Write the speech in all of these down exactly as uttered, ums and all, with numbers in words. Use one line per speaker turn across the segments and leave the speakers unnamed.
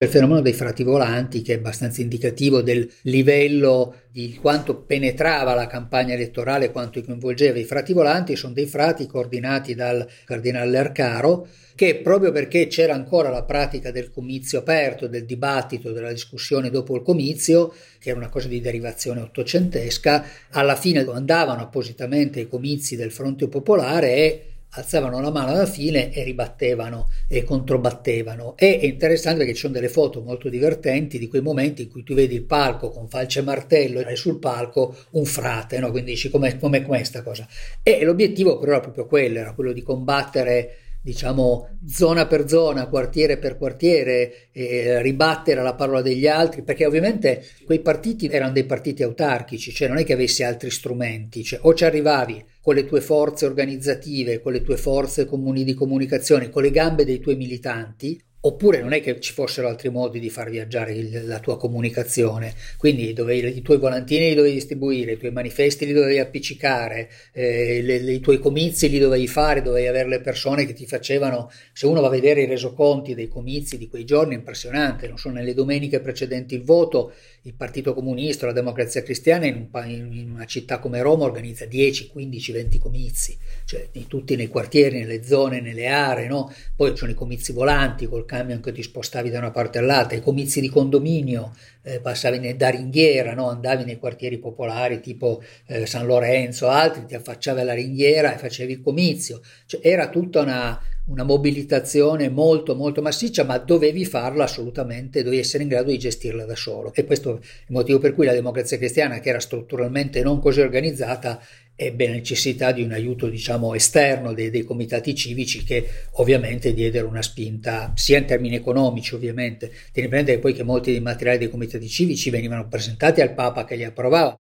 Il fenomeno dei frati volanti, che è abbastanza indicativo del livello di quanto penetrava la campagna elettorale, quanto coinvolgeva i frati volanti, sono dei frati coordinati dal cardinale Lercaro, che proprio perché c'era ancora la pratica del comizio aperto, del dibattito, della discussione dopo il comizio, che era una cosa di derivazione ottocentesca, alla fine andavano appositamente ai comizi del Fronte Popolare e alzavano la mano alla fine e ribattevano e controbattevano. E è interessante perché ci sono delle foto molto divertenti di quei momenti in cui tu vedi il palco con falce e martello e sul palco un frate, no? Quindi dici com'è, com'è questa cosa? E l'obiettivo però era proprio quello, era quello di combattere, diciamo, zona per zona, quartiere per quartiere, eh, ribattere la parola degli altri, perché ovviamente quei partiti erano dei partiti autarchici, cioè non è che avessi altri strumenti, cioè o ci arrivavi con le tue forze organizzative, con le tue forze comuni di comunicazione, con le gambe dei tuoi militanti, oppure non è che ci fossero altri modi di far viaggiare il, la tua comunicazione, quindi dovevi, i tuoi volantini li dovevi distribuire, i tuoi manifesti li dovevi appiccicare, eh, le, le, i tuoi comizi li dovevi fare, dovevi avere le persone che ti facevano, se uno va a vedere i resoconti dei comizi di quei giorni è impressionante, non so, nelle domeniche precedenti il voto, il Partito Comunista, la Democrazia Cristiana in, un, in una città come Roma organizza dieci, quindici, venti comizi, cioè di tutti nei quartieri, nelle zone, nelle aree, no? Poi ci sono i comizi volanti col camion che ti spostavi da una parte all'altra, i comizi di condominio, eh, passavi da ringhiera, no? Andavi nei quartieri popolari tipo eh, San Lorenzo, altri, ti affacciavi alla ringhiera e facevi il comizio, cioè era tutta una, una mobilitazione molto molto massiccia, ma dovevi farla assolutamente, dovevi essere in grado di gestirla da solo, e questo è il motivo per cui la Democrazia Cristiana, che era strutturalmente non così organizzata, ebbe necessità di un aiuto, diciamo, esterno dei, dei comitati civici, che ovviamente diedero una spinta sia in termini economici, ovviamente. Tieni presente poi che molti dei materiali dei comitati civici venivano presentati al Papa che li approvava.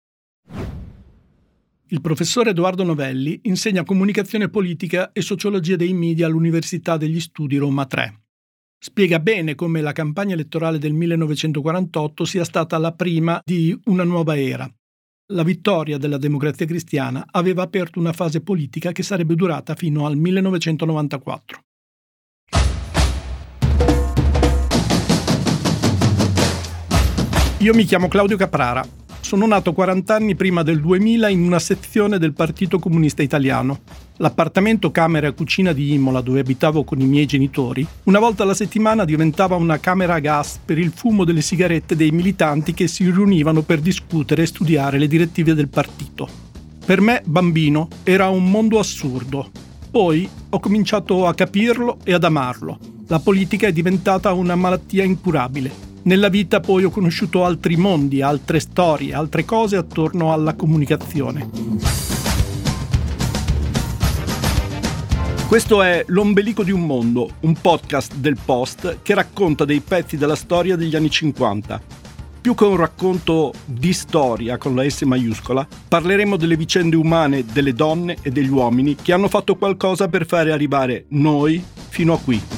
Il professor Edoardo Novelli insegna comunicazione politica e sociologia dei media all'Università degli Studi Roma tre. Spiega bene come la campagna elettorale del millenovecentoquarantotto sia stata la prima di una nuova era. La vittoria della Democrazia Cristiana aveva aperto una fase politica che sarebbe durata fino al millenovecentonovantaquattro. Io mi chiamo Claudio Caprara. Sono nato quaranta anni prima del duemila in una sezione del Partito Comunista Italiano. L'appartamento camera e cucina di Imola, dove abitavo con i miei genitori, una volta alla settimana diventava una camera a gas per il fumo delle sigarette dei militanti che si riunivano per discutere e studiare le direttive del partito. Per me, bambino, era un mondo assurdo. Poi ho cominciato a capirlo e ad amarlo. La politica è diventata una malattia incurabile. Nella vita poi ho conosciuto altri mondi, altre storie, altre cose attorno alla comunicazione. Questo è L'ombelico di un mondo, un podcast del Post che racconta dei pezzi della storia degli anni cinquanta. Più che un racconto di storia con la S maiuscola, parleremo delle vicende umane delle donne e degli uomini che hanno fatto qualcosa per fare arrivare noi fino a qui.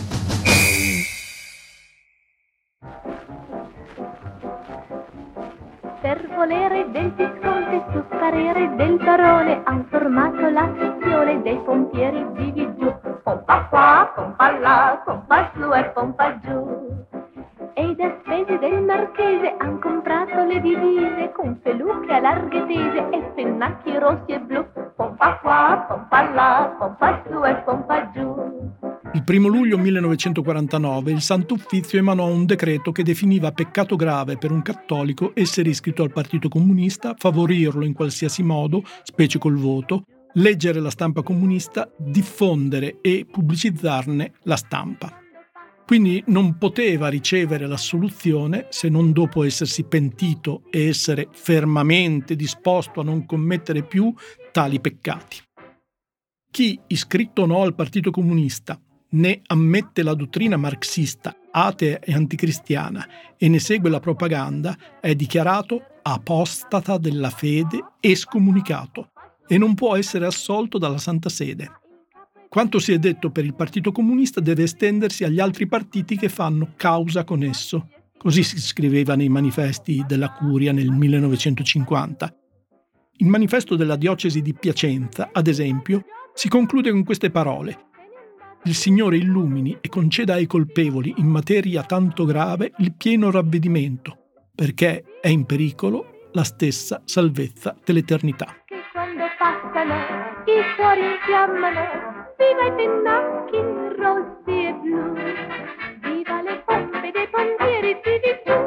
Per volere del visconte su parere del barone han formato la sezione dei pompieri vivi giù. Pompa qua, pompa là, pompa su e pompa giù. E da spese del marchese han comprato le divise con peluche a larghe tese e pennacchi rossi e blu. Pompa qua, pompa là, pompa su e pompa giù.
Il primo luglio millenovecentoquarantanove il Santo Uffizio emanò un decreto che definiva peccato grave per un cattolico essere iscritto al Partito Comunista, favorirlo in qualsiasi modo, specie col voto, leggere la stampa comunista, diffondere e pubblicizzarne la stampa. Quindi non poteva ricevere l'assoluzione se non dopo essersi pentito e essere fermamente disposto a non commettere più tali peccati. Chi, iscritto o no al Partito Comunista, ne ammette la dottrina marxista, atea e anticristiana e ne segue la propaganda, è dichiarato apostata della fede e scomunicato e non può essere assolto dalla Santa Sede. Quanto si è detto per il Partito Comunista deve estendersi agli altri partiti che fanno causa con esso. Così si scriveva nei manifesti della Curia nel millenovecentocinquanta. Il manifesto della diocesi di Piacenza, ad esempio, si conclude con queste parole: il Signore illumini e conceda ai colpevoli in materia tanto grave il pieno ravvedimento, perché è in pericolo la stessa salvezza dell'eternità.
Che quando passano i cuori infiammano, viva i pennacchi rossi e blu, viva le poppe dei pompieri vivi giù.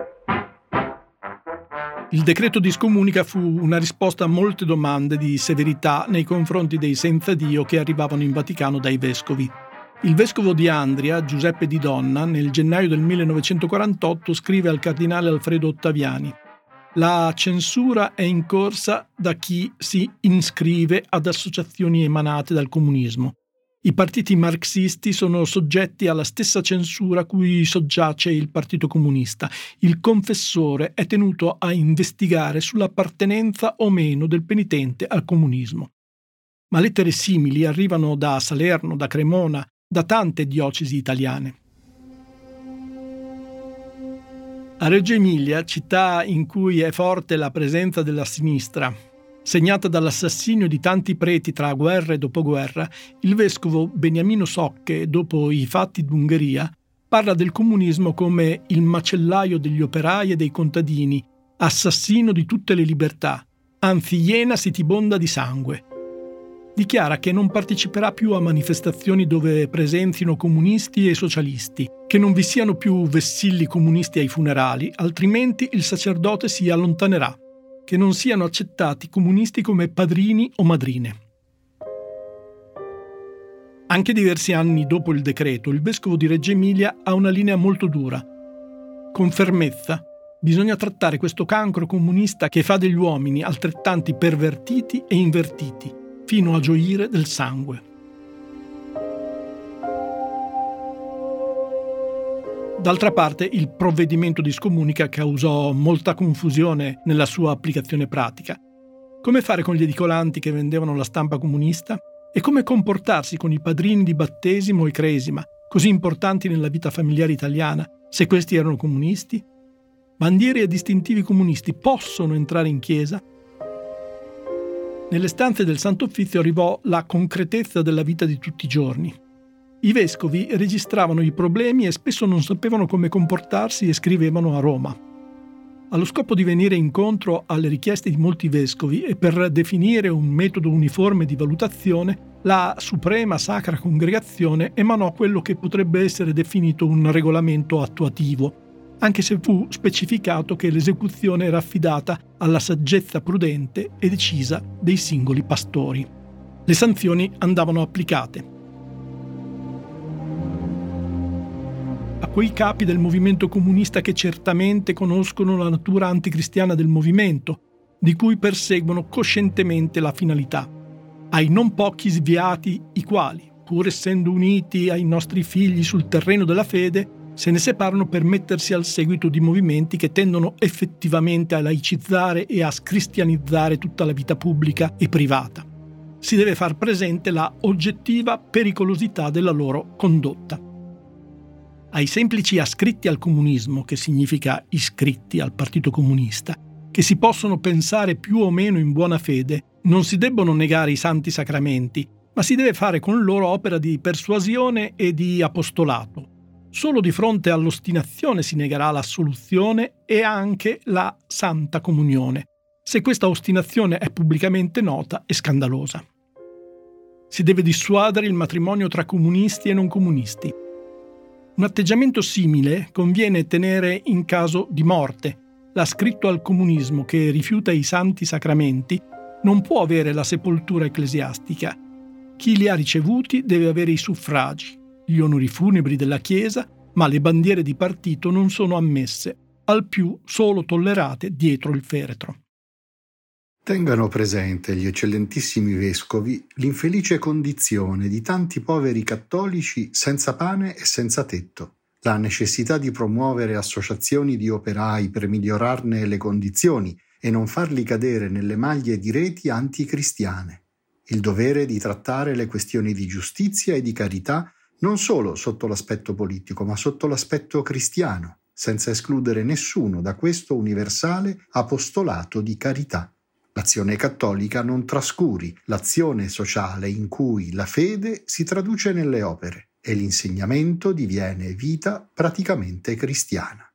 Il decreto di scomunica fu una risposta a molte domande di severità nei confronti dei senza Dio che arrivavano in Vaticano dai vescovi. Il vescovo di Andria, Giuseppe Di Donna, nel gennaio del millenovecentoquarantotto scrive al cardinale Alfredo Ottaviani: «La censura è in corsa da chi si iscrive ad associazioni emanate dal comunismo. I partiti marxisti sono soggetti alla stessa censura cui soggiace il Partito Comunista. Il confessore è tenuto a investigare sull'appartenenza o meno del penitente al comunismo». Ma lettere simili arrivano da Salerno, da Cremona, da tante diocesi italiane. A Reggio Emilia, città in cui è forte la presenza della sinistra, segnata dall'assassinio di tanti preti tra guerra e dopoguerra, il vescovo Beniamino Socche, dopo i fatti d'Ungheria, parla del comunismo come il macellaio degli operai e dei contadini, assassino di tutte le libertà, anzi iena sitibonda di sangue. Dichiara che non parteciperà più a manifestazioni dove presenzino comunisti e socialisti, che non vi siano più vessilli comunisti ai funerali, altrimenti il sacerdote si allontanerà, che non siano accettati comunisti come padrini o madrine. Anche diversi anni dopo il decreto, il vescovo di Reggio Emilia ha una linea molto dura. Con fermezza, bisogna trattare questo cancro comunista che fa degli uomini altrettanti pervertiti e invertiti, fino a gioire del sangue. D'altra parte, il provvedimento di scomunica causò molta confusione nella sua applicazione pratica. Come fare con gli edicolanti che vendevano la stampa comunista? E come comportarsi con i padrini di battesimo e cresima, così importanti nella vita familiare italiana, se questi erano comunisti? Bandiere e distintivi comunisti possono entrare in chiesa? Nelle stanze del Santo Uffizio arrivò la concretezza della vita di tutti i giorni. I vescovi registravano i problemi e spesso non sapevano come comportarsi e scrivevano a Roma. Allo scopo di venire incontro alle richieste di molti vescovi e per definire un metodo uniforme di valutazione, la Suprema Sacra Congregazione emanò quello che potrebbe essere definito un regolamento attuativo, anche se fu specificato che l'esecuzione era affidata alla saggezza prudente e decisa dei singoli pastori. Le sanzioni andavano applicate. A quei capi del movimento comunista che certamente conoscono la natura anticristiana del movimento, di cui perseguono coscientemente la finalità, ai non pochi sviati i quali, pur essendo uniti ai nostri figli sul terreno della fede, se ne separano per mettersi al seguito di movimenti che tendono effettivamente a laicizzare e a scristianizzare tutta la vita pubblica e privata. Si deve far presente la oggettiva pericolosità della loro condotta. Ai semplici ascritti al comunismo, che significa iscritti al Partito Comunista, che si possono pensare più o meno in buona fede, non si debbono negare i santi sacramenti, ma si deve fare con loro opera di persuasione e di apostolato. Solo di fronte all'ostinazione si negherà l'assoluzione e anche la Santa Comunione, se questa ostinazione è pubblicamente nota e scandalosa. Si deve dissuadere il matrimonio tra comunisti e non comunisti. Un atteggiamento simile conviene tenere in caso di morte. L'ascritto al comunismo che rifiuta i santi sacramenti non può avere la sepoltura ecclesiastica. Chi li ha ricevuti deve avere i suffragi, gli onori funebri della Chiesa, ma le bandiere di partito non sono ammesse, al più solo tollerate dietro il feretro.
Tengano presente gli eccellentissimi vescovi l'infelice condizione di tanti poveri cattolici senza pane e senza tetto, la necessità di promuovere associazioni di operai per migliorarne le condizioni e non farli cadere nelle maglie di reti anticristiane, il dovere di trattare le questioni di giustizia e di carità non solo sotto l'aspetto politico, ma sotto l'aspetto cristiano, senza escludere nessuno da questo universale apostolato di carità. L'azione cattolica non trascuri l'azione sociale in cui la fede si traduce nelle opere e l'insegnamento diviene vita praticamente cristiana.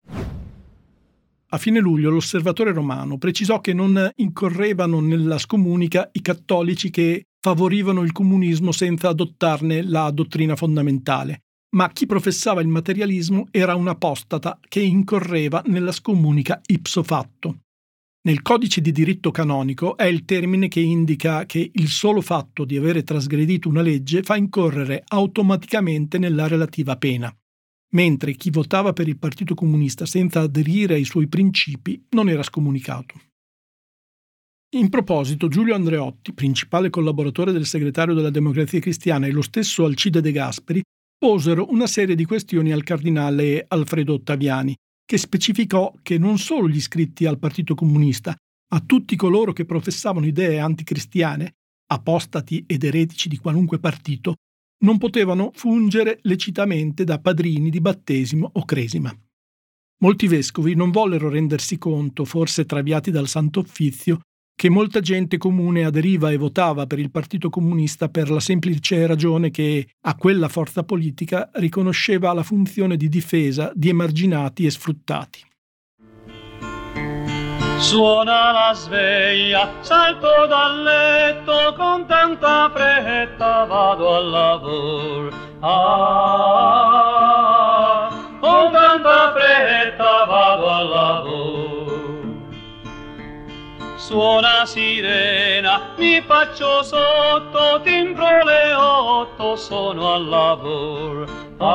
A fine luglio l'Osservatore Romano precisò che non incorrevano nella scomunica i cattolici che favorivano il comunismo senza adottarne la dottrina fondamentale, ma chi professava il materialismo era un apostata che incorreva nella scomunica ipso facto. Nel codice di diritto canonico è il termine che indica che il solo fatto di avere trasgredito una legge fa incorrere automaticamente nella relativa pena, mentre chi votava per il Partito Comunista senza aderire ai suoi principi non era scomunicato. In proposito, Giulio Andreotti, principale collaboratore del segretario della Democrazia Cristiana, e lo stesso Alcide De Gasperi posero una serie di questioni al cardinale Alfredo Ottaviani, che specificò che non solo gli iscritti al Partito Comunista, ma tutti coloro che professavano idee anticristiane, apostati ed eretici di qualunque partito, non potevano fungere lecitamente da padrini di battesimo o cresima. Molti vescovi non vollero rendersi conto, forse traviati dal Santo Uffizio, che molta gente comune aderiva e votava per il Partito Comunista per la semplice ragione che a quella forza politica riconosceva la funzione di difesa di emarginati e sfruttati.
Suona la sveglia, salto dal letto, con tanta fretta vado al lavoro. Ah, con tanta fretta vado al lavoro. Suona sirena, mi faccio sotto, timbro le otto, sono al lavoro.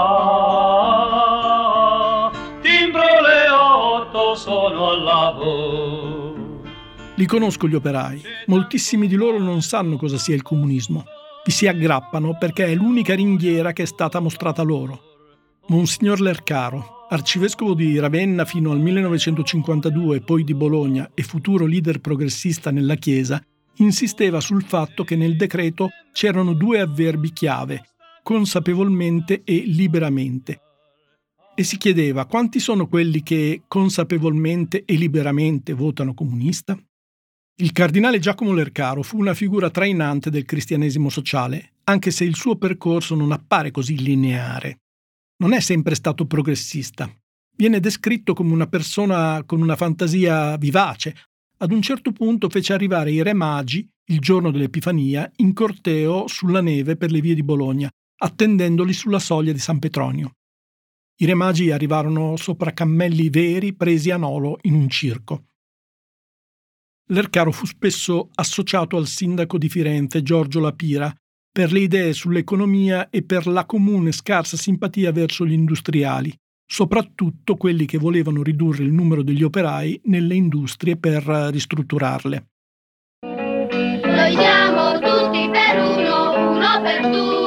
Ah, timbro le otto, sono al lavoro.
Li conosco gli operai. Moltissimi di loro non sanno cosa sia il comunismo. Vi si aggrappano perché è l'unica ringhiera che è stata mostrata loro. Monsignor Lercaro, arcivescovo di Ravenna fino al millenovecentocinquantadue e poi di Bologna e futuro leader progressista nella Chiesa, insisteva sul fatto che nel decreto c'erano due avverbi chiave, consapevolmente e liberamente. E si chiedeva quanti sono quelli che consapevolmente e liberamente votano comunista? Il cardinale Giacomo Lercaro fu una figura trainante del cristianesimo sociale, anche se il suo percorso non appare così lineare. Non è sempre stato progressista. Viene descritto come una persona con una fantasia vivace. Ad un certo punto fece arrivare i Re Magi, il giorno dell'Epifania, in corteo sulla neve per le vie di Bologna, attendendoli sulla soglia di San Petronio. I Re Magi arrivarono sopra cammelli veri presi a nolo in un circo. Lercaro fu spesso associato al sindaco di Firenze, Giorgio La Pira, per le idee sull'economia e per la comune scarsa simpatia verso gli industriali, soprattutto quelli che volevano ridurre il numero degli operai nelle industrie per ristrutturarle.
Noi siamo tutti per uno, uno per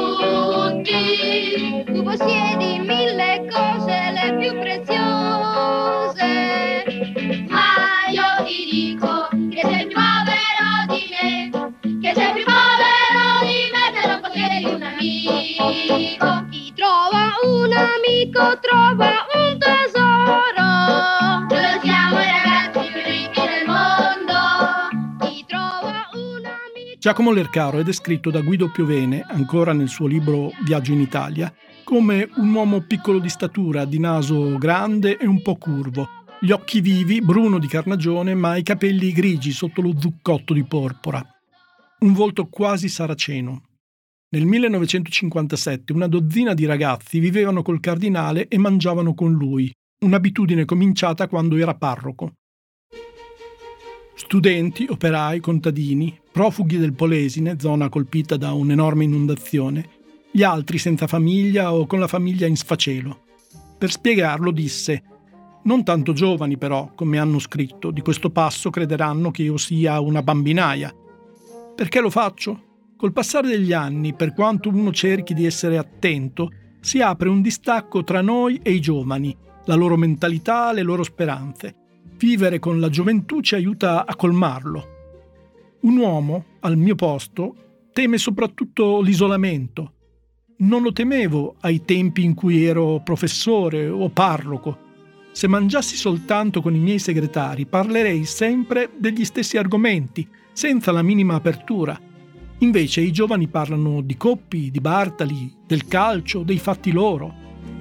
tutti. Tu possiedi mille cose le più preziose, ma io ti dico che sei più povero di me, che sei più povero di me se non possiedi un amico. Chi trova un amico trova un tesoro. Noi siamo i ragazzi più ricchi del mondo. Chi trova un amico.
Giacomo Lercaro è descritto da Guido Piovene, ancora nel suo libro Viaggio in Italia, come un uomo piccolo di statura, di naso grande e un po' curvo, gli occhi vivi, bruno di carnagione, ma i capelli grigi sotto lo zuccotto di porpora. Un volto quasi saraceno. Nel millenovecentocinquantasette una dozzina di ragazzi vivevano col cardinale e mangiavano con lui, un'abitudine cominciata quando era parroco. Studenti, operai, contadini, profughi del Polesine, zona colpita da un'enorme inondazione, gli altri senza famiglia o con la famiglia in sfacelo. Per spiegarlo disse: «Non tanto giovani però, come hanno scritto, di questo passo crederanno che io sia una bambinaia. Perché lo faccio? Col passare degli anni, per quanto uno cerchi di essere attento, si apre un distacco tra noi e i giovani, la loro mentalità, le loro speranze. Vivere con la gioventù ci aiuta a colmarlo. Un uomo, al mio posto, teme soprattutto l'isolamento. Non lo temevo ai tempi in cui ero professore o parroco. Se mangiassi soltanto con i miei segretari, parlerei sempre degli stessi argomenti, senza la minima apertura. Invece i giovani parlano di Coppi, di Bartali, del calcio, dei fatti loro.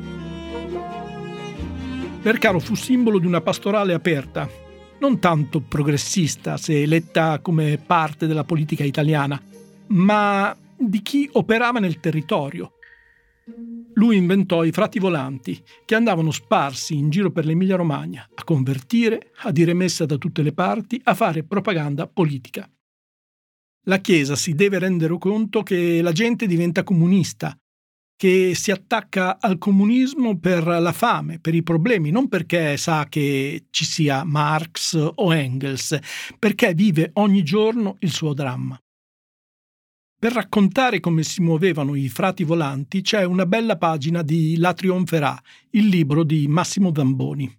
Lercaro fu simbolo di una pastorale aperta, non tanto progressista se letta come parte della politica italiana, ma di chi operava nel territorio. Lui inventò i frati volanti, che andavano sparsi in giro per l'Emilia-Romagna a convertire, a dire messa da tutte le parti, a fare propaganda politica. La Chiesa si deve rendere conto che la gente diventa comunista, che si attacca al comunismo per la fame, per i problemi, non perché sa che ci sia Marx o Engels, perché vive ogni giorno il suo dramma. Per raccontare come si muovevano i frati volanti c'è una bella pagina di La trionferà, il libro di Massimo Zamboni.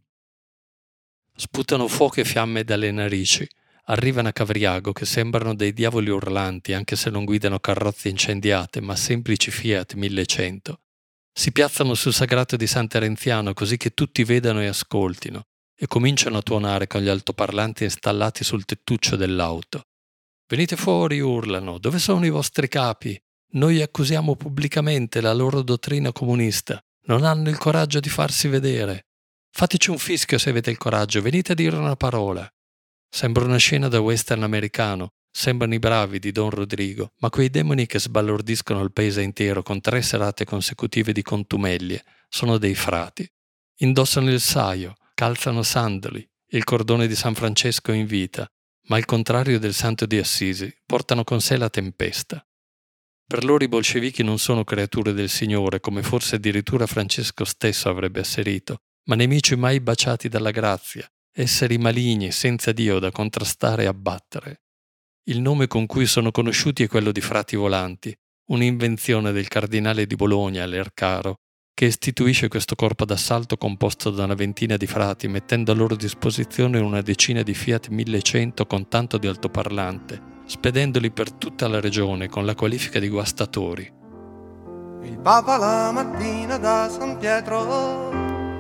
Sputano fuoco e fiamme dalle narici. Arrivano a Cavriago che sembrano dei diavoli urlanti anche se non guidano carrozze incendiate ma semplici Fiat millecento. Si piazzano sul sagrato di San Terenziano così che tutti vedano e ascoltino e cominciano a tuonare con gli altoparlanti installati sul tettuccio dell'auto. Venite fuori, urlano, dove sono i vostri capi? Noi accusiamo pubblicamente la loro dottrina comunista. Non hanno il coraggio di farsi vedere. Fateci un fischio se avete il coraggio, venite a dire una parola. Sembra una scena da western americano, sembrano i bravi di Don Rodrigo, ma quei demoni che sbalordiscono il paese intero con tre serate consecutive di contumelie sono dei frati. Indossano il saio, calzano sandali, il cordone di San Francesco in vita, ma al contrario del santo di Assisi, portano con sé la tempesta. Per loro i bolscevichi non sono creature del Signore, come forse addirittura Francesco stesso avrebbe asserito, ma nemici mai baciati dalla grazia, esseri maligni senza Dio da contrastare e abbattere. Il nome con cui sono conosciuti è quello di frati volanti, un'invenzione del cardinale di Bologna, Lercaro, che istituisce questo corpo d'assalto composto da una ventina di frati, mettendo a loro disposizione una decina di Fiat millecento con tanto di altoparlante, spedendoli per tutta la regione con la qualifica di guastatori.
Il Papa la mattina da San Pietro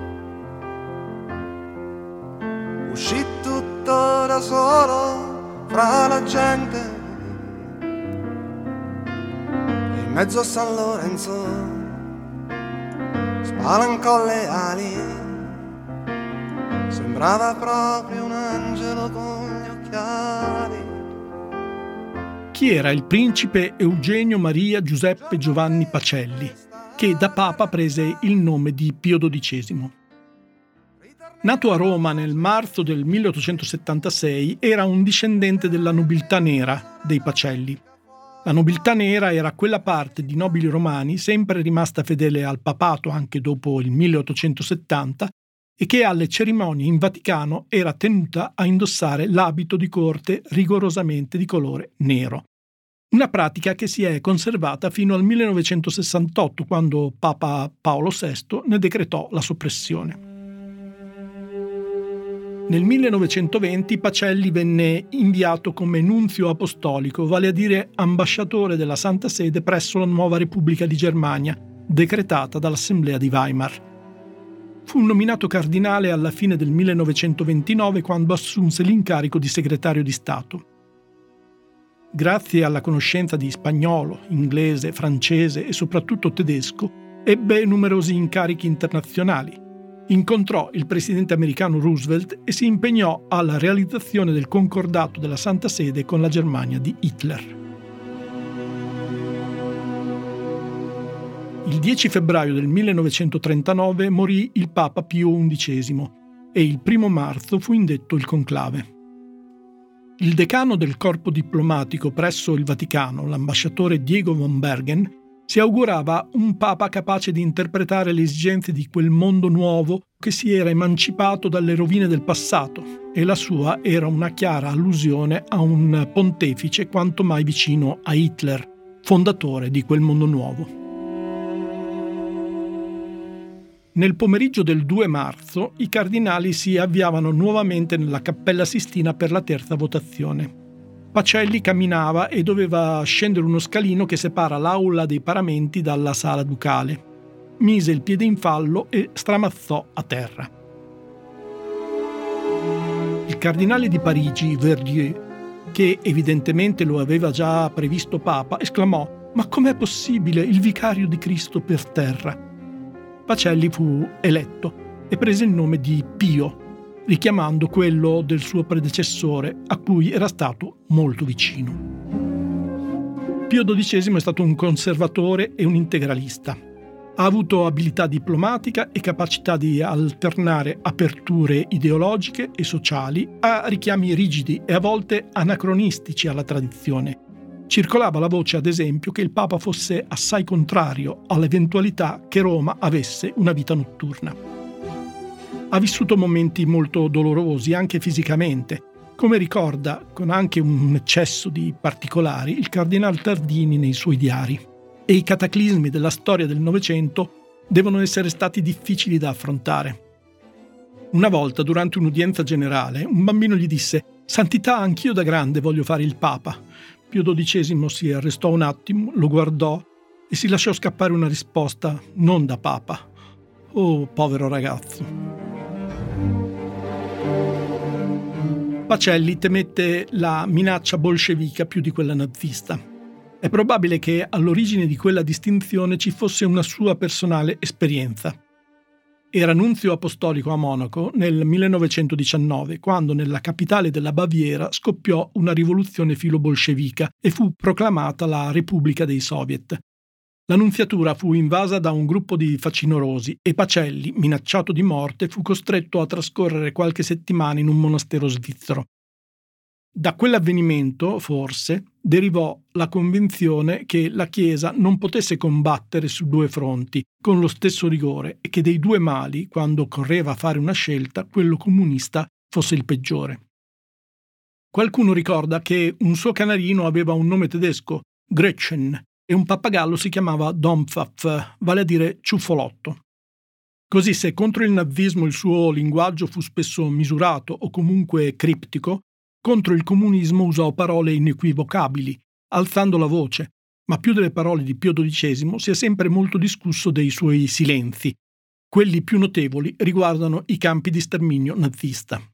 uscì tutto da solo fra la gente e in mezzo a San Lorenzo spalancò le ali, sembrava proprio un angelo con gli occhiali.
Chi era il principe Eugenio Maria Giuseppe Giovanni Pacelli, che da papa prese il nome di Pio dodicesimo. Nato a Roma nel marzo del milleottocentosettantasei, era un discendente della nobiltà nera dei Pacelli. La nobiltà nera era quella parte di nobili romani sempre rimasta fedele al papato anche dopo il milleottocentosettanta e che alle cerimonie in Vaticano era tenuta a indossare l'abito di corte rigorosamente di colore nero. Una pratica che si è conservata fino al millenovecentosessantotto, quando Papa Paolo sesto ne decretò la soppressione. Nel millenovecentoventi Pacelli venne inviato come nunzio apostolico, vale a dire ambasciatore della Santa Sede presso la nuova Repubblica di Germania, decretata dall'Assemblea di Weimar. Fu nominato cardinale alla fine del millenovecentoventinove, quando assunse l'incarico di segretario di Stato. Grazie alla conoscenza di spagnolo, inglese, francese e soprattutto tedesco, ebbe numerosi incarichi internazionali. Incontrò il presidente americano Roosevelt e si impegnò alla realizzazione del concordato della Santa Sede con la Germania di Hitler. Il dieci febbraio del millenovecentotrentanove morì il Papa Pio undicesimo e il primo marzo fu indetto il conclave. Il decano del corpo diplomatico presso il Vaticano, l'ambasciatore Diego von Bergen, si augurava un papa capace di interpretare le esigenze di quel mondo nuovo che si era emancipato dalle rovine del passato, e la sua era una chiara allusione a un pontefice quanto mai vicino a Hitler, fondatore di quel mondo nuovo. Nel pomeriggio del due marzo i cardinali si avviavano nuovamente nella Cappella Sistina per la terza votazione. Pacelli camminava e doveva scendere uno scalino che separa l'aula dei paramenti dalla sala ducale. Mise il piede in fallo e stramazzò a terra. Il cardinale di Parigi, Verdier, che evidentemente lo aveva già previsto Papa, esclamò: «Ma com'è possibile il vicario di Cristo per terra?» Pacelli fu eletto e prese il nome di Pio, richiamando quello del suo predecessore a cui era stato molto vicino. Pio dodicesimo è stato un conservatore e un integralista. Ha avuto abilità diplomatica e capacità di alternare aperture ideologiche e sociali a richiami rigidi e a volte anacronistici alla tradizione. Circolava la voce, ad esempio, che il Papa fosse assai contrario all'eventualità che Roma avesse una vita notturna. Ha vissuto momenti molto dolorosi, anche fisicamente, come ricorda, con anche un eccesso di particolari, il cardinal Tardini nei suoi diari. E i cataclismi della storia del Novecento devono essere stati difficili da affrontare. Una volta, durante un'udienza generale, un bambino gli disse: «Santità, anch'io da grande voglio fare il Papa». Pio dodicesimo si arrestò un attimo, lo guardò e si lasciò scappare una risposta: «Non da Papa». Oh, povero ragazzo. Pacelli temette la minaccia bolscevica più di quella nazista. È probabile che all'origine di quella distinzione ci fosse una sua personale esperienza. Era nunzio apostolico a Monaco nel millenovecentodiciannove, quando nella capitale della Baviera scoppiò una rivoluzione filo-bolscevica e fu proclamata la Repubblica dei Soviet. La nunziatura fu invasa da un gruppo di facinorosi e Pacelli, minacciato di morte, fu costretto a trascorrere qualche settimana in un monastero svizzero. Da quell'avvenimento, forse, derivò la convinzione che la Chiesa non potesse combattere su due fronti con lo stesso rigore e che dei due mali, quando occorreva a fare una scelta, quello comunista fosse il peggiore. Qualcuno ricorda che un suo canarino aveva un nome tedesco, Gretchen, e un pappagallo si chiamava Dompfapf, vale a dire ciuffolotto. Così, se contro il nazismo il suo linguaggio fu spesso misurato o comunque criptico, contro il comunismo usò parole inequivocabili, alzando la voce, ma più delle parole di Pio dodicesimo si è sempre molto discusso dei suoi silenzi. Quelli più notevoli riguardano i campi di sterminio nazista.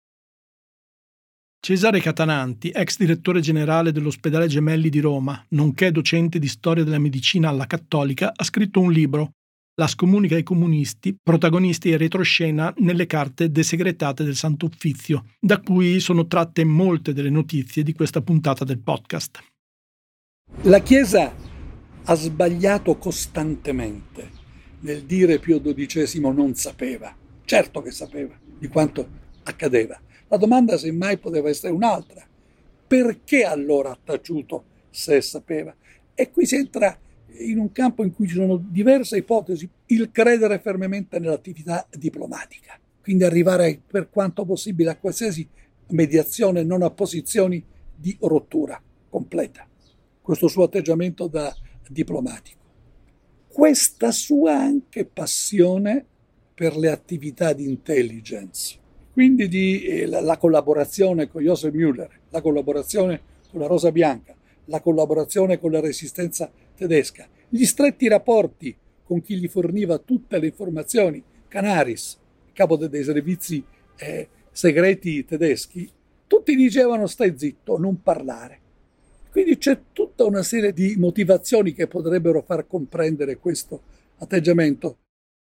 Cesare Catananti, ex direttore generale dell'Ospedale Gemelli di Roma, nonché docente di storia della medicina alla Cattolica, ha scritto un libro, La scomunica ai comunisti, protagonisti e retroscena nelle carte desegretate del Santo Uffizio, da cui sono tratte molte delle notizie di questa puntata del podcast.
La Chiesa ha sbagliato costantemente nel dire Pio dodicesimo non sapeva. Certo che sapeva di quanto accadeva. La domanda semmai poteva essere un'altra. Perché allora ha taciuto se sapeva? E qui si entra in un campo in cui ci sono diverse ipotesi. Il credere fermamente nell'attività diplomatica, quindi arrivare per quanto possibile a qualsiasi mediazione, non a posizioni di rottura completa. Questo suo atteggiamento da diplomatico. Questa sua anche passione per le attività di intelligence, quindi di, eh, la, la collaborazione con Joseph Müller, la collaborazione con la Rosa Bianca, la collaborazione con la resistenza tedesca, gli stretti rapporti con chi gli forniva tutte le informazioni, Canaris, capo dei servizi eh, segreti tedeschi, tutti dicevano stai zitto, non parlare. Quindi c'è tutta una serie di motivazioni che potrebbero far comprendere questo atteggiamento.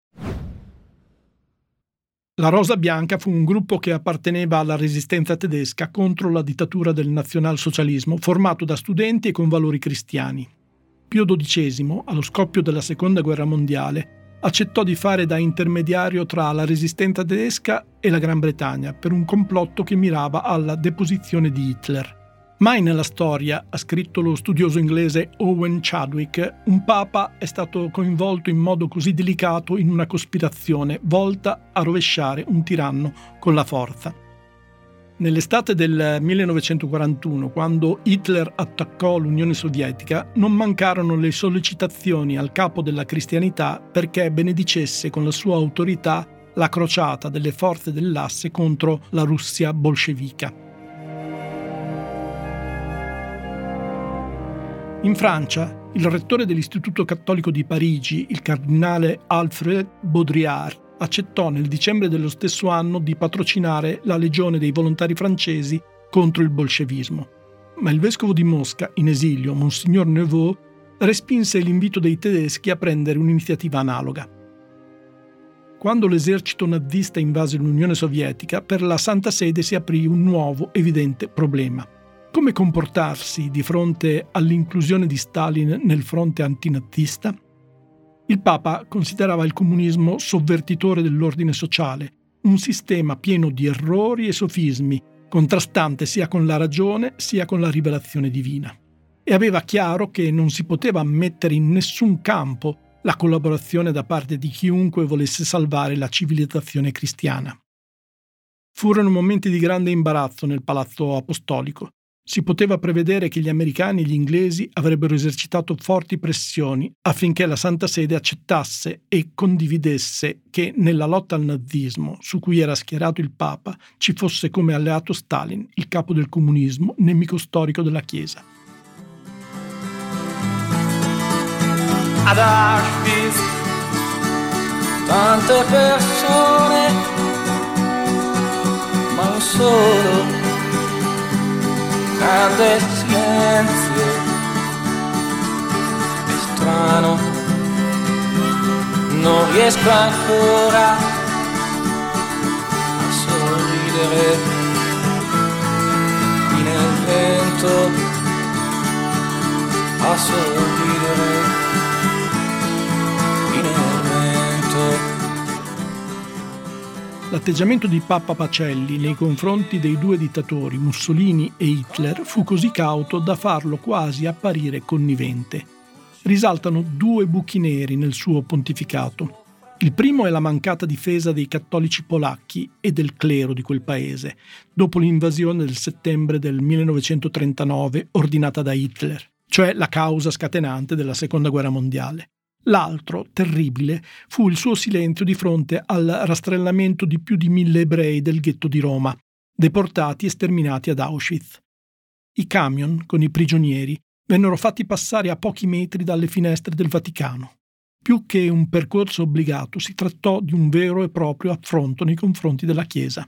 La Rosa Bianca fu un gruppo che apparteneva alla resistenza tedesca contro la dittatura del nazionalsocialismo, formato da studenti e con valori cristiani. Pio dodicesimo, allo scoppio della Seconda Guerra Mondiale, accettò di fare da intermediario tra la resistenza tedesca e la Gran Bretagna per un complotto che mirava alla deposizione di Hitler. Mai nella storia, ha scritto lo studioso inglese Owen Chadwick, un papa è stato coinvolto in modo così delicato in una cospirazione volta a rovesciare un tiranno con la forza. Nell'estate del millenovecentoquarantuno, quando Hitler attaccò l'Unione Sovietica, non mancarono le sollecitazioni al capo della cristianità perché benedicesse con la sua autorità la crociata delle forze dell'asse contro la Russia bolscevica. In Francia, il rettore dell'Istituto Cattolico di Parigi, il cardinale Alfred Baudrillard, accettò nel dicembre dello stesso anno di patrocinare la Legione dei Volontari francesi contro il bolscevismo. ma il vescovo di Mosca, in esilio, Monsignor Neveu, respinse l'invito dei tedeschi a prendere un'iniziativa analoga. Quando l'esercito nazista invase l'Unione Sovietica, per la Santa Sede si aprì un nuovo, evidente problema. Come comportarsi di fronte all'inclusione di Stalin nel fronte antinazista? Il Papa considerava il comunismo sovvertitore dell'ordine sociale, un sistema pieno di errori e sofismi, contrastante sia con la ragione sia con la rivelazione divina. E aveva chiaro che non si poteva ammettere in nessun campo la collaborazione da parte di chiunque volesse salvare la civilizzazione cristiana. Furono momenti di grande imbarazzo nel Palazzo Apostolico. Si poteva prevedere che gli americani e gli inglesi avrebbero esercitato forti pressioni affinché la Santa Sede accettasse e condividesse che nella lotta al nazismo, su cui era schierato il Papa, ci fosse come alleato Stalin, il capo del comunismo, nemico storico della Chiesa.
Ad Auschwitz tante persone, ma un solo grande silenzio. È strano, non riesco ancora a sorridere qui nel vento, a sorridere.
L'atteggiamento di Papa Pacelli nei confronti dei due dittatori, Mussolini e Hitler, fu così cauto da farlo quasi apparire connivente. Risaltano due buchi neri nel suo pontificato. Il primo è la mancata difesa dei cattolici polacchi e del clero di quel paese, dopo l'invasione del settembre del millenovecentotrentanove ordinata da Hitler, cioè la causa scatenante della Seconda Guerra Mondiale. L'altro, terribile, fu il suo silenzio di fronte al rastrellamento di più di mille ebrei del ghetto di Roma, deportati e sterminati ad Auschwitz. I camion con i prigionieri vennero fatti passare a pochi metri dalle finestre del Vaticano. Più che un percorso obbligato, si trattò di un vero e proprio affronto nei confronti della Chiesa.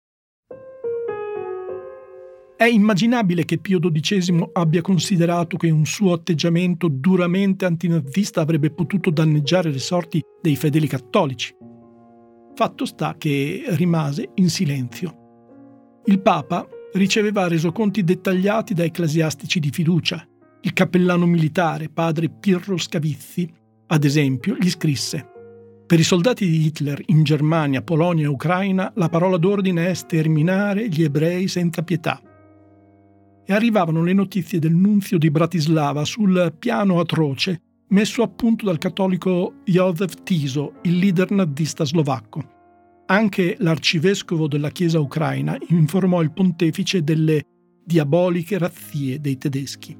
È immaginabile che Pio dodicesimo abbia considerato che un suo atteggiamento duramente antinazista avrebbe potuto danneggiare le sorti dei fedeli cattolici. Fatto sta che rimase in silenzio. Il Papa riceveva resoconti dettagliati da ecclesiastici di fiducia. Il cappellano militare, padre Pirro Scavizzi, ad esempio, gli scrisse: «Per i soldati di Hitler in Germania, Polonia e Ucraina la parola d'ordine è sterminare gli ebrei senza pietà». E arrivavano le notizie del nunzio di Bratislava sul piano atroce messo a punto dal cattolico Józef Tiso, il leader nazista slovacco. Anche l'arcivescovo della Chiesa ucraina informò il pontefice delle diaboliche razzie dei tedeschi.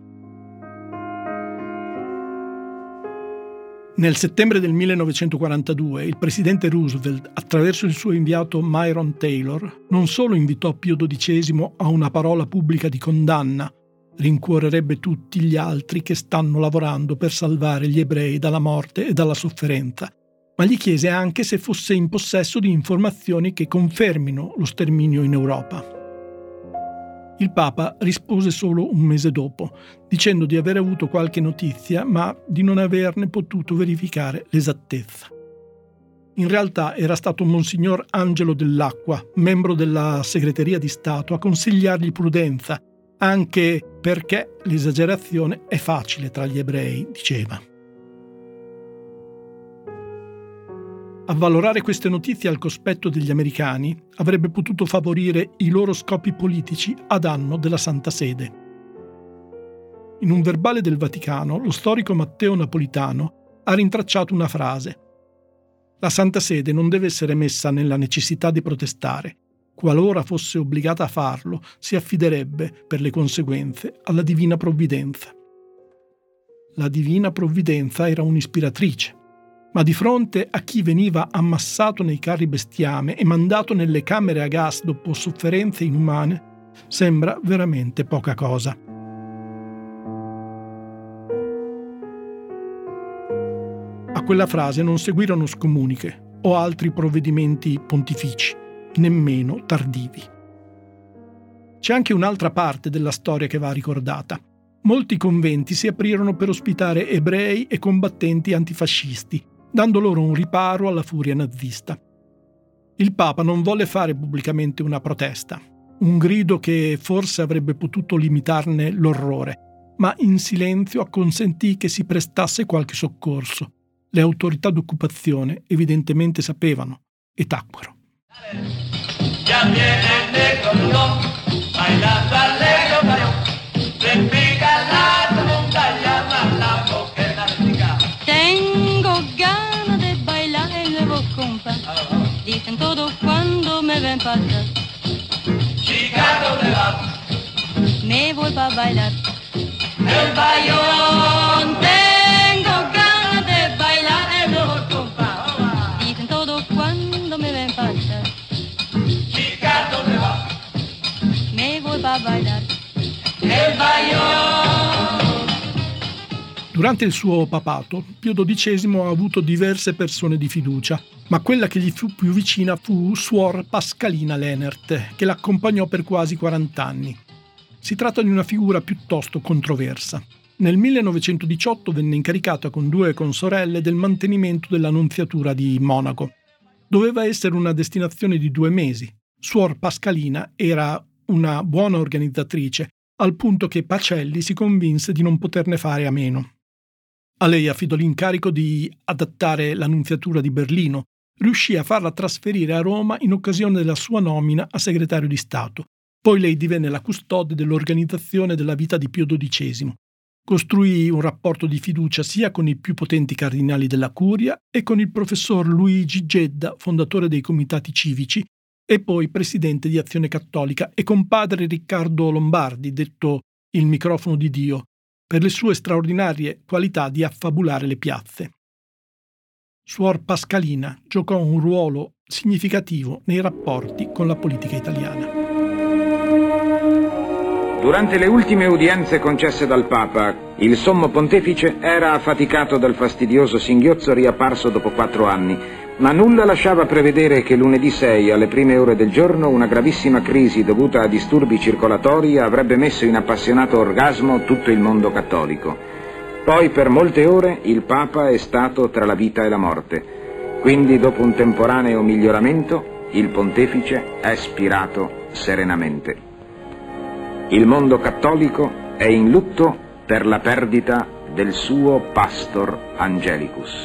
Nel settembre del millenovecentoquarantadue il presidente Roosevelt, attraverso il suo inviato Myron Taylor, non solo invitò Pio dodicesimo a una parola pubblica di condanna, rincuorerebbe tutti gli altri che stanno lavorando per salvare gli ebrei dalla morte e dalla sofferenza, ma gli chiese anche se fosse in possesso di informazioni che confermino lo sterminio in Europa. Il Papa rispose solo un mese dopo, dicendo di aver avuto qualche notizia, ma di non averne potuto verificare l'esattezza. In realtà era stato Monsignor Angelo Dell'Acqua, membro della Segreteria di Stato, a consigliargli prudenza, anche perché l'esagerazione è facile tra gli ebrei, diceva. Avvalorare queste notizie al cospetto degli americani avrebbe potuto favorire i loro scopi politici a danno della Santa Sede. In un verbale del Vaticano, lo storico Matteo Napolitano ha rintracciato una frase: «La Santa Sede non deve essere messa nella necessità di protestare. Qualora fosse obbligata a farlo, si affiderebbe, per le conseguenze, alla Divina Provvidenza». La Divina Provvidenza era un'ispiratrice. Ma di fronte a chi veniva ammassato nei carri bestiame e mandato nelle camere a gas dopo sofferenze inumane, sembra veramente poca cosa. A quella frase non seguirono scomuniche o altri provvedimenti pontifici, nemmeno tardivi. C'è anche un'altra parte della storia che va ricordata. Molti conventi si aprirono per ospitare ebrei e combattenti antifascisti, dando loro un riparo alla furia nazista. Il Papa non volle fare pubblicamente una protesta, un grido che forse avrebbe potuto limitarne l'orrore, ma in silenzio acconsentì che si prestasse qualche soccorso. Le autorità d'occupazione evidentemente sapevano e tacquero.
Ya viene el negro, no, bailando alegre, bailó, repica la montaña, más largo que la rica.
Tengo ganas de bailar el nuevo compa, dicen todos cuando me ven pasar.
Chica, ¿dónde vas?
Me voy pa' bailar
el bayón.
Tengo ganas de bailar el nuevo compa, dicen todos cuando me ven pasar.
Chica, ¿dónde vas?
Me voy pa' bailar
el bayón.
Durante il suo papato, Pio dodicesimo ha avuto diverse persone di fiducia, ma quella che gli fu più vicina fu Suor Pascalina Lehnert, che l'accompagnò per quasi quaranta anni. Si tratta di una figura piuttosto controversa. Nel millenovecentodiciotto venne incaricata con due consorelle del mantenimento della nunziatura di Monaco. Doveva essere una destinazione di due mesi. Suor Pascalina era una buona organizzatrice, al punto che Pacelli si convinse di non poterne fare a meno. A lei affidò l'incarico di adattare la nunziatura di Berlino. Riuscì a farla trasferire a Roma in occasione della sua nomina a segretario di Stato. Poi lei divenne la custode dell'organizzazione della vita di Pio dodicesimo. Costruì un rapporto di fiducia sia con i più potenti cardinali della Curia e con il professor Luigi Gedda, fondatore dei comitati civici, e poi presidente di Azione Cattolica, e con padre Riccardo Lombardi, detto il microfono di Dio, per le sue straordinarie qualità di affabulare le piazze. Suor Pascalina giocò un ruolo significativo nei rapporti con la politica italiana.
Durante le ultime udienze concesse dal Papa, il sommo pontefice era affaticato dal fastidioso singhiozzo riapparso dopo quattro anni, ma nulla lasciava prevedere che lunedì sei, alle prime ore del giorno, una gravissima crisi dovuta a disturbi circolatori avrebbe messo in appassionato orgasmo tutto il mondo cattolico. Poi per molte ore il Papa è stato tra la vita e la morte. Quindi dopo un temporaneo miglioramento, il pontefice è spirato serenamente. Il mondo cattolico è in lutto per la perdita del suo Pastor Angelicus.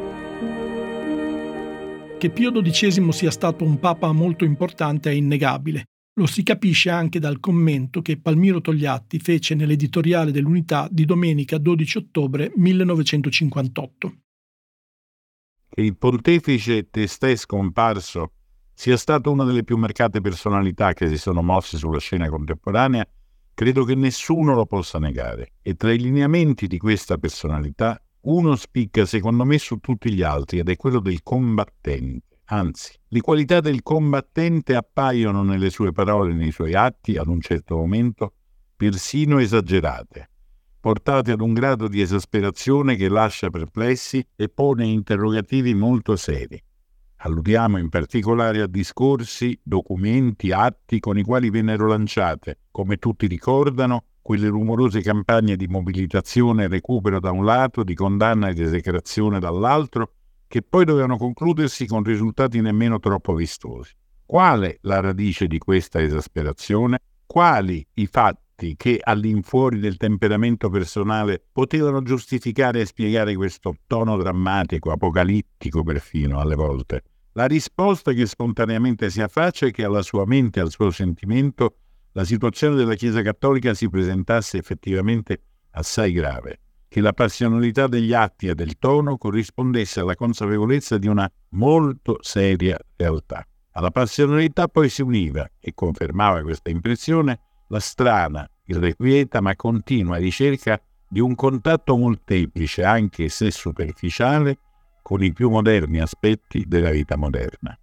Che Pio dodicesimo sia stato un papa molto importante è innegabile. Lo si capisce anche dal commento che Palmiro Togliatti fece nell'editoriale dell'Unità di domenica dodici ottobre millenovecentocinquantotto.
Che il pontefice testè scomparso sia stato una delle più marcate personalità che si sono mosse sulla scena contemporanea, credo che nessuno lo possa negare. E tra i lineamenti di questa personalità, uno spicca secondo me su tutti gli altri, ed è quello del combattente. Anzi, le qualità del combattente appaiono nelle sue parole e nei suoi atti, ad un certo momento, persino esagerate, portate ad un grado di esasperazione che lascia perplessi e pone interrogativi molto seri. Alludiamo in particolare a discorsi, documenti, atti con i quali vennero lanciate, come tutti ricordano, quelle rumorose campagne di mobilitazione e recupero da un lato, di condanna ed esecrazione dall'altro, che poi dovevano concludersi con risultati nemmeno troppo vistosi. Quale la radice di questa esasperazione? Quali i fatti che all'infuori del temperamento personale potevano giustificare e spiegare questo tono drammatico, apocalittico perfino alle volte? La risposta che spontaneamente si affaccia è che alla sua mente, al suo sentimento, la situazione della Chiesa Cattolica si presentasse effettivamente assai grave, che la passionalità degli atti e del tono corrispondesse alla consapevolezza di una molto seria realtà. Alla passionalità poi si univa, e confermava questa impressione, la strana, irrequieta ma continua ricerca di un contatto molteplice, anche se superficiale, con i più moderni aspetti della vita moderna.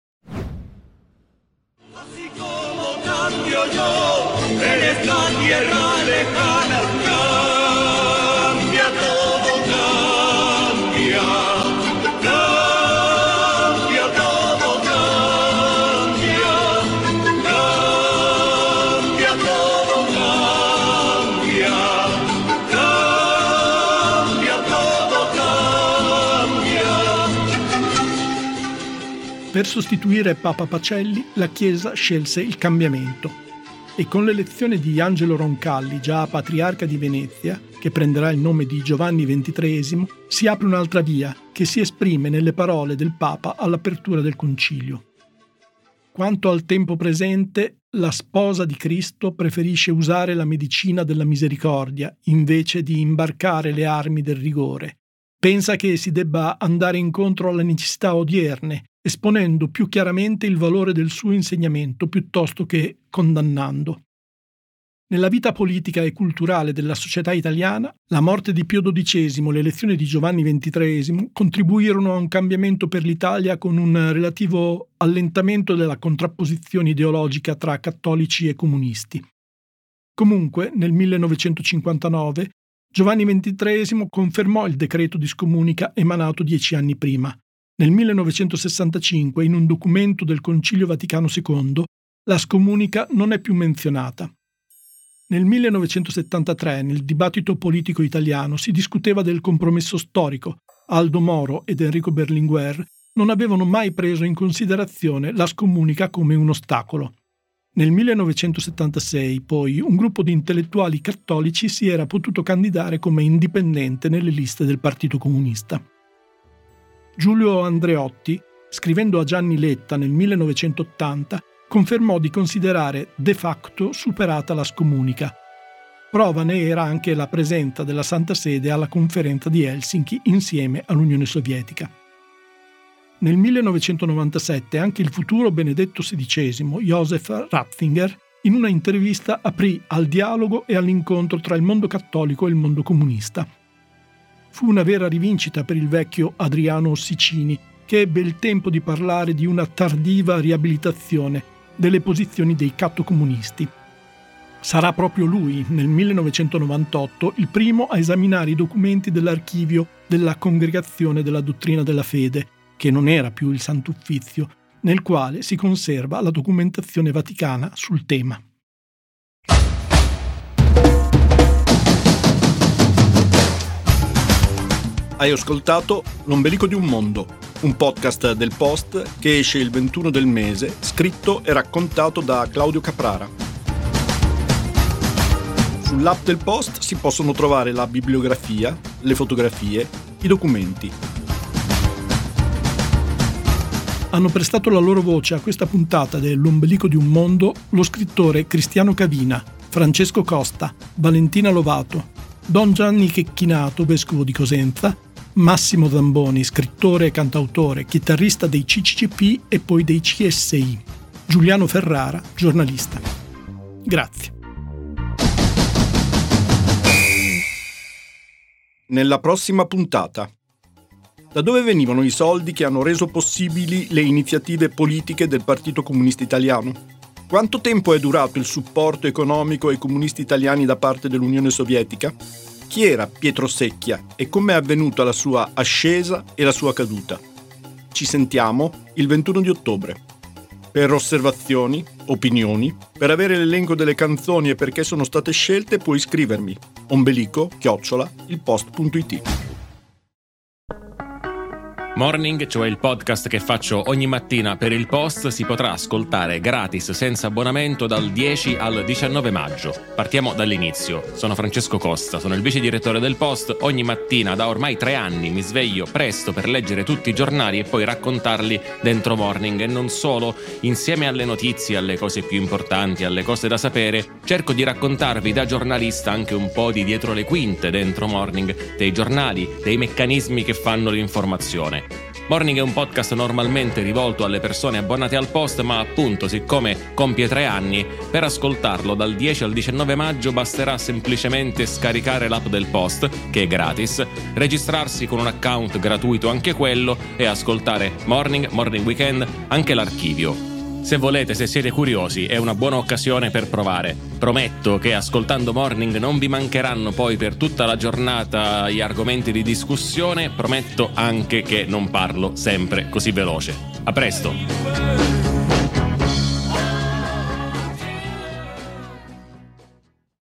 Así como cambio yo en esta tierra lejana, cambia todo, cambia, cambia todo, cambia, cambia
Per sostituire Papa Pacelli, la Chiesa scelse il cambiamento e con l'elezione di Angelo Roncalli, già patriarca di Venezia, che prenderà il nome di Giovanni ventitreesimo, si apre un'altra via che si esprime nelle parole del Papa all'apertura del concilio. Quanto al tempo presente, la sposa di Cristo preferisce usare la medicina della misericordia invece di imbarcare le armi del rigore. Pensa che si debba andare incontro alle necessità odierne, esponendo più chiaramente il valore del suo insegnamento piuttosto che condannando. Nella vita politica e culturale della società italiana, la morte di Pio dodicesimo e l'elezione di Giovanni ventitreesimo contribuirono a un cambiamento per l'Italia con un relativo allentamento della contrapposizione ideologica tra cattolici e comunisti. Comunque, nel millenovecentocinquantanove, Giovanni ventitreesimo confermò il decreto di scomunica emanato dieci anni prima. Nel millenovecentosessantacinque, in un documento del Concilio Vaticano secondo, la scomunica non è più menzionata. Nel millenovecentosettantatré, nel dibattito politico italiano, si discuteva del compromesso storico. Aldo Moro ed Enrico Berlinguer non avevano mai preso in considerazione la scomunica come un ostacolo. Nel millenovecentosettantasei, poi, un gruppo di intellettuali cattolici si era potuto candidare come indipendente nelle liste del Partito Comunista. Giulio Andreotti, scrivendo a Gianni Letta nel millenovecentottanta, confermò di considerare de facto superata la scomunica. Prova ne era anche la presenza della Santa Sede alla conferenza di Helsinki insieme all'Unione Sovietica. Nel millenovecentonovantasette anche il futuro Benedetto sedicesimo, Joseph Ratzinger, in una intervista aprì al dialogo e all'incontro tra il mondo cattolico e il mondo comunista. Fu una vera rivincita per il vecchio Adriano Ossicini, che ebbe il tempo di parlare di una tardiva riabilitazione delle posizioni dei cattocomunisti. Sarà proprio lui, nel millenovecentonovantotto, il primo a esaminare i documenti dell'archivio della Congregazione della Dottrina della Fede, che non era più il Sant'Uffizio, nel quale si conserva la documentazione vaticana sul tema.
Hai ascoltato L'ombelico di un mondo, un podcast del Post che esce il ventuno del mese, scritto e raccontato da Claudio Caprara. Sull'app del Post si possono trovare la bibliografia, le fotografie, i documenti.
Hanno prestato la loro voce a questa puntata dell'Ombelico di un mondo lo scrittore Cristiano Cavina, Francesco Costa, Valentina Lovato, Don Gianni Checchinato, vescovo di Cosenza, Massimo Zamboni, scrittore e cantautore, chitarrista dei C C C P e poi dei C S I, Giuliano Ferrara, giornalista. Grazie.
Nella prossima puntata. Da dove venivano i soldi che hanno reso possibili le iniziative politiche del Partito Comunista Italiano? Quanto tempo è durato il supporto economico ai comunisti italiani da parte dell'Unione Sovietica? Chi era Pietro Secchia e come è avvenuta la sua ascesa e la sua caduta? Ci sentiamo il ventuno di ottobre. Per osservazioni, opinioni, per avere l'elenco delle canzoni e perché sono state scelte puoi scrivermi ombelico chiocciola ilpost punto it.
Morning, cioè il podcast che faccio ogni mattina per il Post, si potrà ascoltare gratis senza abbonamento dal dieci al diciannove maggio. Partiamo dall'inizio. Sono Francesco Costa, sono il vice direttore del Post. Ogni mattina da ormai tre anni mi sveglio presto per leggere tutti i giornali e poi raccontarli dentro Morning, e non solo. Insieme alle notizie, alle cose più importanti, alle cose da sapere, cerco di raccontarvi da giornalista anche un po' di dietro le quinte dentro Morning, dei giornali, dei meccanismi che fanno l'informazione. Morning è un podcast normalmente rivolto alle persone abbonate al Post, ma appunto, siccome compie tre anni, per ascoltarlo dal dieci al diciannove maggio basterà semplicemente scaricare l'app del Post, che è gratis, registrarsi con un account gratuito anche quello e ascoltare Morning, Morning Weekend, anche l'archivio. Se volete, se siete curiosi, è una buona occasione per provare. Prometto che ascoltando Morning non vi mancheranno poi per tutta la giornata gli argomenti di discussione. Prometto anche che non parlo sempre così veloce. A presto!